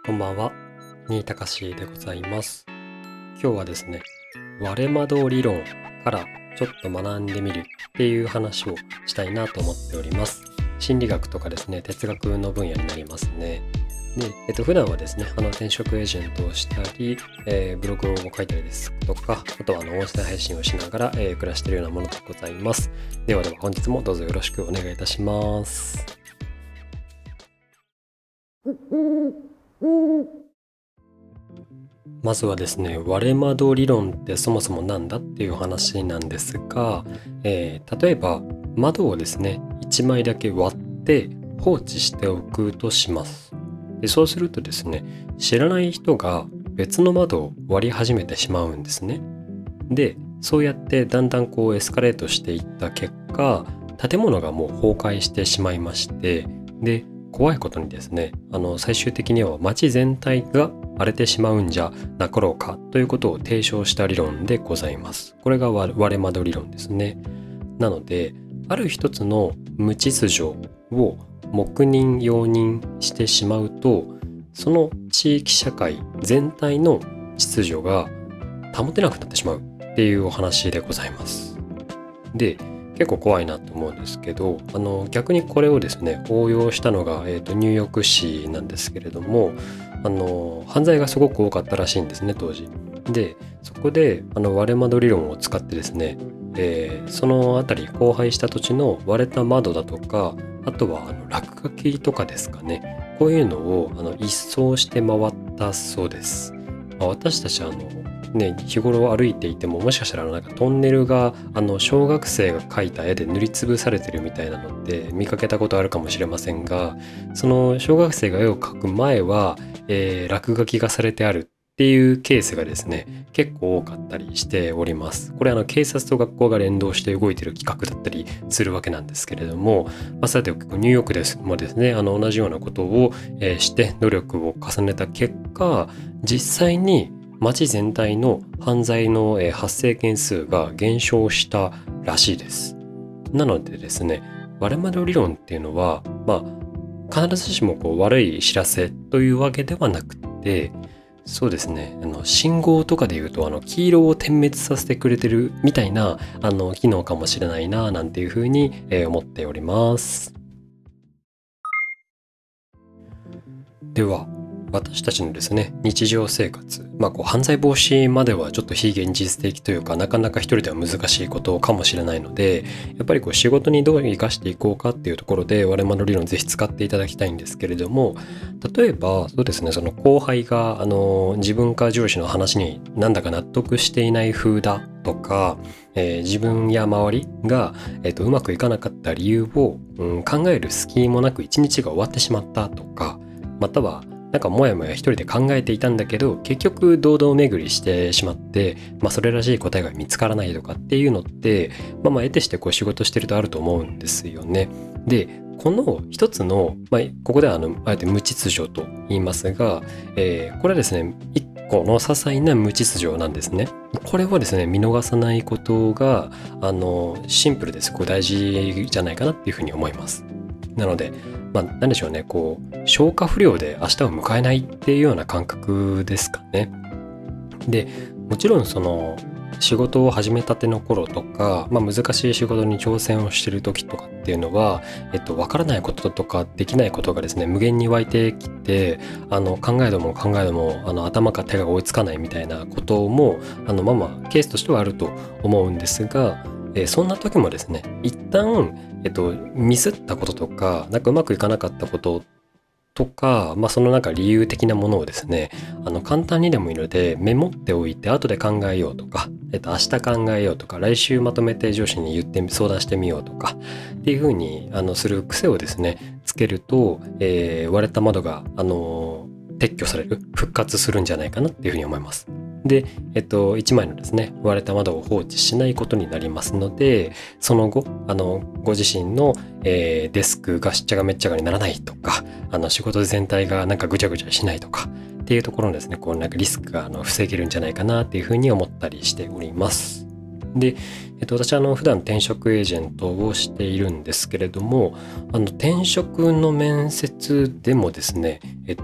こんばんは、新高しでございます。今日はですね、割れ窓理論からちょっと学んでみるっていう話をしたいなと思っております。心理学とかですね、哲学の分野になりますね。で、普段はですね、転職エージェントをしたり、ブログを書いたりですとか、あとは音声配信をしながら、暮らしているようなものでございます。では本日もどうぞよろしくお願いいたします。まずはですね、割れ窓理論ってそもそもなんだっていう話なんですが、例えば窓をですね、1枚だけ割って放置しておくとします。で、そうするとですね、知らない人が別の窓を割り始めてしまうんですね。で、そうやってだんだんエスカレートしていった結果、建物がもう崩壊してしまいまして、で、怖いことにですね、最終的には街全体が荒れてしまうんじゃなかろうかということを提唱した理論でございます。これが割れ窓理論ですね。なので、ある一つの無秩序を黙認容認してしまうと、その地域社会全体の秩序が保てなくなってしまうっていうお話でございます。で、結構怖いなと思うんですけど、逆にこれをですね、応用したのが、ニューヨーク市なんですけれども、犯罪がすごく多かったらしいんですね、当時。で、そこで割れ窓理論を使ってですね、その辺り荒廃した土地の割れた窓だとか、あとは落書きとかですかね、こういうのを一掃して回ったそうです。私たち日頃歩いていても、もしかしたらなんかトンネルが小学生が描いた絵で塗りつぶされてるみたいなのって見かけたことあるかもしれませんが、その小学生が絵を描く前は、落書きがされてあるっていうケースがですね、結構多かったりしております。これ警察と学校が連動して動いている企画だったりするわけなんですけれども、さておきニューヨークもですね、同じようなことを、して努力を重ねた結果、実際に街全体の犯罪の発生件数が減少したらしいです。なのでですね、割れ窓理論っていうのは、必ずしも悪い知らせというわけではなくて、そうですね、信号とかで言うと黄色を点滅させてくれてるみたいな機能かもしれないななんていうふうに思っております。では、私たちのですね、日常生活、犯罪防止まではちょっと非現実的というか、なかなか一人では難しいことかもしれないので、やっぱり仕事にどう生かしていこうかっていうところで、割れ窓理論ぜひ使っていただきたいんですけれども、例えば、そうですね、その後輩が、自分か上司の話になんだか納得していない風だとか、自分や周りが、うまくいかなかった理由を、考える隙もなく一日が終わってしまったとか、またはなんかもやもや一人で考えていたんだけど、結局堂々巡りしてしまって、それらしい答えが見つからないとかっていうのって、得てして仕事してるとあると思うんですよね。で、この一つの、ここではあえて無秩序と言いますが、これはですね、一個の些細な無秩序なんですね。これをですね、見逃さないことが、シンプルですごい大事じゃないかなっていうふうに思います。なので、なんでしょうね、消化不良で明日を迎えないっていうような感覚ですかね。で、もちろん仕事を始めたての頃とか、難しい仕事に挑戦をしてる時とかっていうのは、わからないこととかできないことがですね、無限に湧いてきて、考えども頭か手が追いつかないみたいなことも、ケースとしてはあると思うんですが、そんな時もですね、一旦、ミスったこととか、なんかうまくいかなかったこととか、その理由的なものをですね、簡単にでもいいのでメモっておいて後で考えようとか、明日考えようとか、来週まとめて上司に言って相談してみようとかっていう風にする癖をですね、つけると、割れた窓が撤去される、復活するんじゃないかなっていう風に思います。で、1枚のですね、割れた窓を放置しないことになりますので、その後、ご自身の、デスクがしっちゃがめっちゃがにならないとか、仕事全体がなんかぐちゃぐちゃしないとかっていうところのですね、リスクが防げるんじゃないかなっていうふうに思ったりしております。で、私は普段転職エージェントをしているんですけれども、転職の面接でもですね、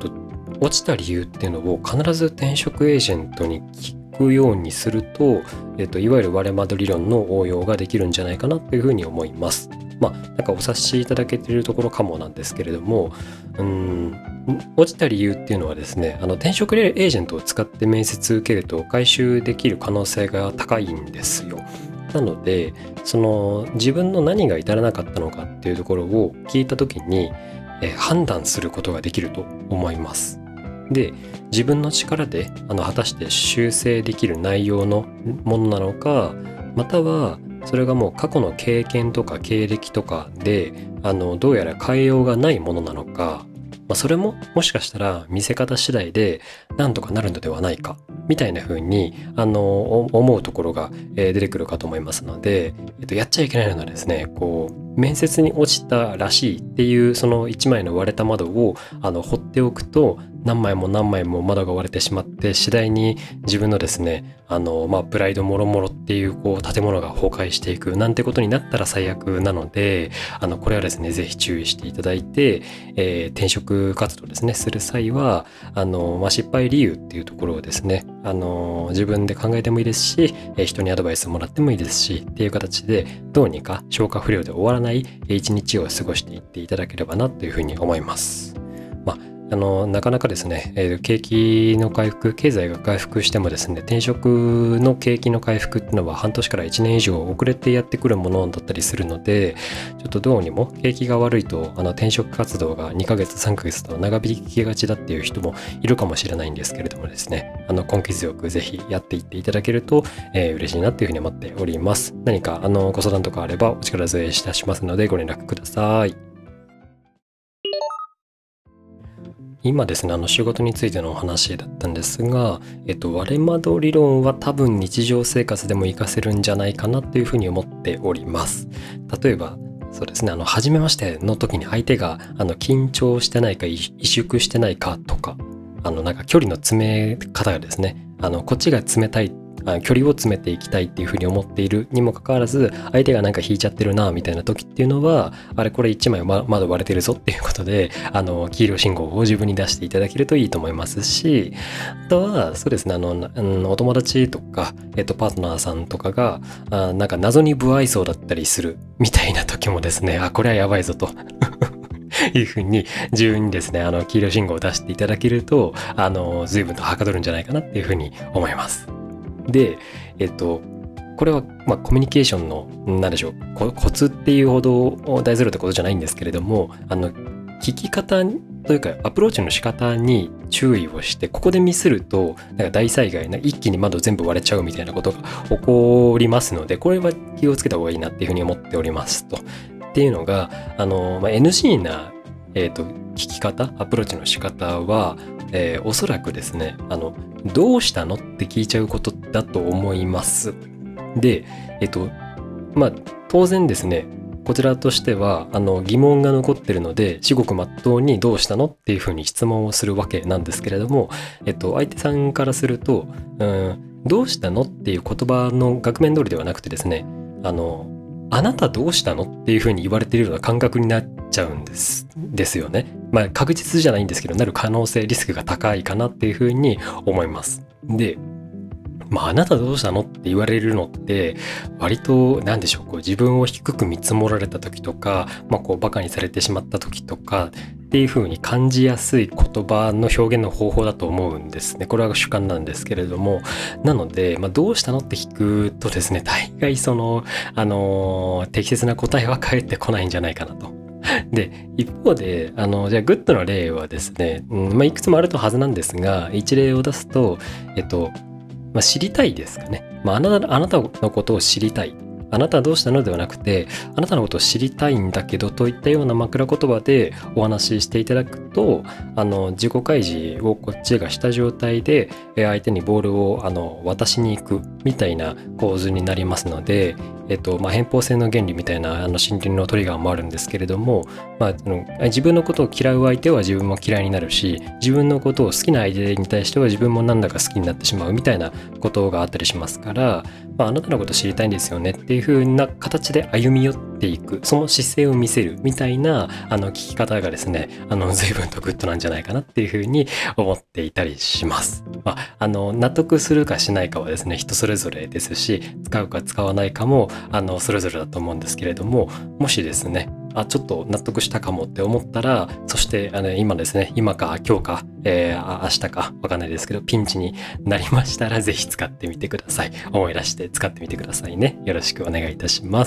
落ちた理由っていうのを必ず転職エージェントに聞くようにすると、いわゆる割れ窓理論の応用ができるんじゃないかなというふうに思います。なんかお察しいただけているところかもなんですけれども、落ちた理由っていうのはですね、転職エージェントを使って面接受けると回収できる可能性が高いんですよ。なので、自分の何が至らなかったのかっていうところを聞いた時に、判断することができると思います。で、自分の力で果たして修正できる内容のものなのか、またはそれがもう過去の経験とか経歴とかでどうやら変えようがないものなのか、それももしかしたら見せ方次第でなんとかなるのではないかみたいな風に思うところが出てくるかと思いますので、やっちゃいけないのはですね、面接に落ちたらしいっていうその1枚の割れた窓を放っておくと、何枚も何枚も窓が割れてしまって、次第に自分のですねプライドもろもろっていう建物が崩壊していくなんてことになったら最悪なので、これはですねぜひ注意していただいて、転職活動ですねする際は失敗理由っていうところをですね自分で考えてもいいですし、人にアドバイスもらってもいいですしっていう形で、どうにか消化不良で終わらない一日を過ごしていっていただければなというふうに思います。なかなかですね、景気の回復、経済が回復してもですね、転職の景気の回復っていうのは半年から1年以上遅れてやってくるものだったりするので、ちょっとどうにも景気が悪いと転職活動が2ヶ月3ヶ月と長引きがちだっていう人もいるかもしれないんですけれどもですね、根気強くぜひやっていっていただけると、嬉しいなっていうふうに思っております。何かご相談とかあればお力添えいたしますのでご連絡ください。今ですね、仕事についてのお話だったんですが、割れ窓理論は多分日常生活でも活かせるんじゃないかなというふうに思っております。例えば、そうですね、初めましての時に相手が緊張してないか、萎縮してないかとか、なんか距離の詰め方がですね、こっちが冷たい、距離を詰めていきたいっていうふうに思っているにもかかわらず、相手がなんか引いちゃってるなみたいな時っていうのは、あれこれ1枚窓割れてるぞっていうことで黄色信号を自分に出していただけるといいと思いますし、あとはそうですね、お友達とか、パートナーさんとかがなんか謎に不愛想だったりするみたいな時もですね、これはやばいぞというふうに自分にですね黄色信号を出していただけると随分とはかどるんじゃないかなっていうふうに思います。で、これはコミュニケーションの何でしょう、コツっていうほど大ゼロってことじゃないんですけれども、聞き方というかアプローチの仕方に注意をして、ここでミスるとなんか大災害、一気に窓全部割れちゃうみたいなことが起こりますので、これは気をつけた方がいいなっていうふうに思っておりますと。っていうのがNG な、聞き方、アプローチの仕方は、おそらくですねどうしたのって聞いちゃうことだと思います。で当然ですね、こちらとしては疑問が残ってるので、至極真っ当にどうしたのっていうふうに質問をするわけなんですけれども、相手さんからするとどうしたのっていう言葉の額面通りではなくてですね、あなたどうしたのっていうふうに言われているような感覚になっちゃうんですよね。確実じゃないんですけど、なる可能性、リスクが高いかなっていうふうに思います。で、あなたどうしたのって言われるのって割と何でしょう、自分を低く見積もられた時とか、バカにされてしまった時とかっていう風に感じやすい言葉の表現の方法だと思うんですね。これは主観なんですけれども、なので、どうしたのって聞くとですね、大概適切な答えは返ってこないんじゃないかなと。で、一方でじゃあグッドな例はですね、いくつもあるはずなんですが、一例を出すと知りたいですかね。あなたのことを知りたい。あなたはどうしたのではなくて、あなたのことを知りたいんだけどといったような枕言葉でお話ししていただくと、自己開示をこっちがした状態で相手にボールを渡しに行くみたいな構図になりますので、偏方性の原理みたいな心理のトリガーもあるんですけれども、自分のことを嫌う相手は自分も嫌いになるし、自分のことを好きな相手に対しては自分もなんだか好きになってしまうみたいなことがあったりしますから、あなたのことを知りたいんですよねっていう風な形で歩み寄っていく、その姿勢を見せるみたいな聞き方がですね、随分とグッドなんじゃないかなっていうふうに思っていたりします。納得するかしないかはですね、人それぞれですし、使うか使わないかもそれぞれだと思うんですけれども、もしですね、ちょっと納得したかもって思ったら、そして今ですね、今か今日か、明日かわかんないですけど、ピンチになりましたらぜひ使ってみてください。思い出して使ってみてくださいね。よろしくお願いいたします。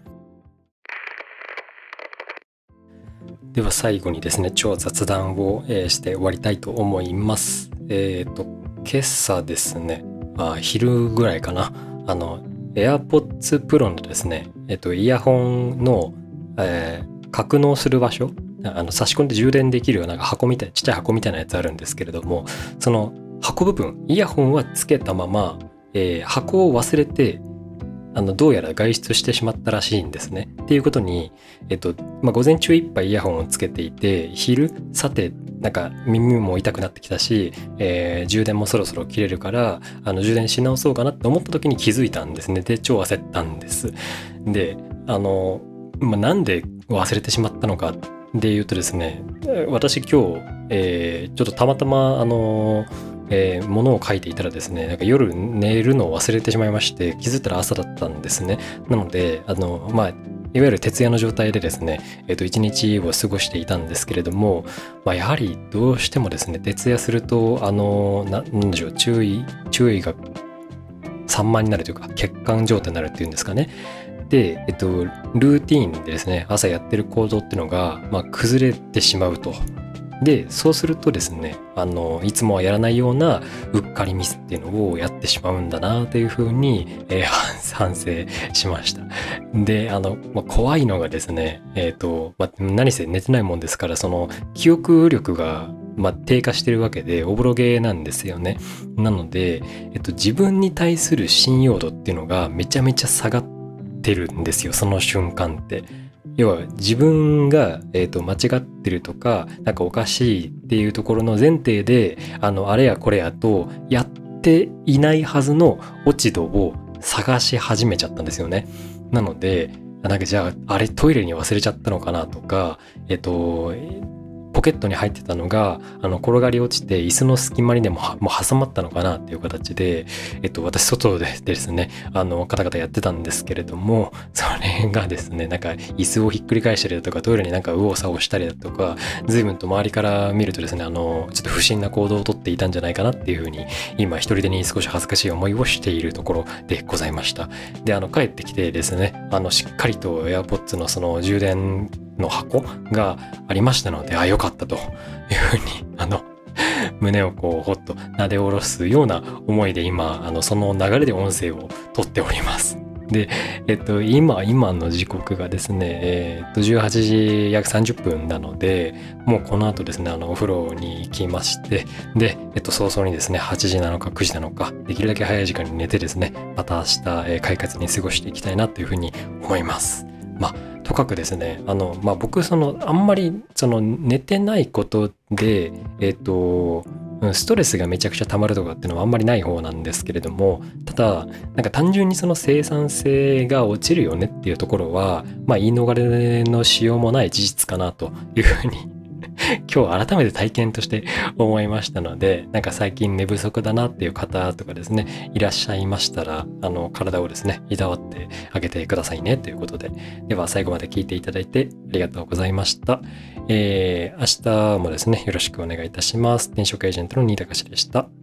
では最後にですね、超雑談をして終わりたいと思います。今朝ですね、昼ぐらいかな、AirPods Pro のですね、イヤホンの格納する場所、差し込んで充電できるような箱みたい、ちっちゃい箱みたいなやつあるんですけれども、その箱部分、イヤホンはつけたまま、箱を忘れてどうやら外出してしまったらしいんですね。っていうことに、午前中いっぱいイヤホンをつけていて、昼、さて、なんか耳も痛くなってきたし、充電もそろそろ切れるから、充電し直そうかなって思った時に気づいたんですね。で、超焦ったんです。で、なんで忘れてしまったのかで言うとですね、私今日、ちょっとたまたま物を書いていたらですね、なんか夜寝るのを忘れてしまいまして、気づいたら朝だったんですね。なのでいわゆる徹夜の状態でですね、一日を過ごしていたんですけれども、やはりどうしてもですね、徹夜するとなんでしょう、注意が散漫になるというか、欠陥状態になるっていうんですかね。で、ルーティーンでですね、朝やってる行動っていうのが、崩れてしまうと。で、そうするとですね、いつもはやらないようなうっかりミスっていうのをやってしまうんだなというふうに、反省しました。で、怖いのがですね、何せ寝てないもんですから、その記憶力が低下してるわけで、おぼろげなんですよね。なので、自分に対する信用度っていうのがめちゃめちゃ下がってるんですよ、その瞬間って。要は自分が、間違ってるとか、なんかおかしいっていうところの前提で、あれやこれやとやっていないはずの落ち度を探し始めちゃったんですよね。なので、なんかじゃあ、あれトイレに忘れちゃったのかなとか、ポケットに入ってたのが転がり落ちて椅子の隙間にでももう挟まったのかなっていう形で、私外でですねカタカタやってたんですけれども、それがですね、なんか椅子をひっくり返したりだとか、トイレになんか右往左往したりだとか、随分と周りから見るとですね、ちょっと不審な行動をとっていたんじゃないかなっていうふうに、今一人でに少し恥ずかしい思いをしているところでございました。で、帰ってきてですね、しっかりと AirPods のその充電の箱がありましたので、よかったというふうに胸をこうほっと撫で下ろすような思いで今その流れで音声を撮っております。で、今の時刻がですね、18時約30分なので、もうこの後ですね、お風呂に行きまして、で、早々にですね、8時なのか9時なのか、できるだけ早い時間に寝てですね、また明日、快活に過ごしていきたいなというふうに思います。とかくですね、僕あんまり寝てないことでストレスがめちゃくちゃ溜まるとかっていうのはあんまりない方なんですけれども、ただなんか単純にその生産性が落ちるよねっていうところは言い逃れのしようもない事実かなというふうに今日改めて体験として思いましたので、なんか最近寝不足だなっていう方とかですね、いらっしゃいましたら、体をですね、いたわってあげてくださいねということで。では最後まで聞いていただいてありがとうございました。明日もですね、よろしくお願いいたします。転職エージェントの新高志でした。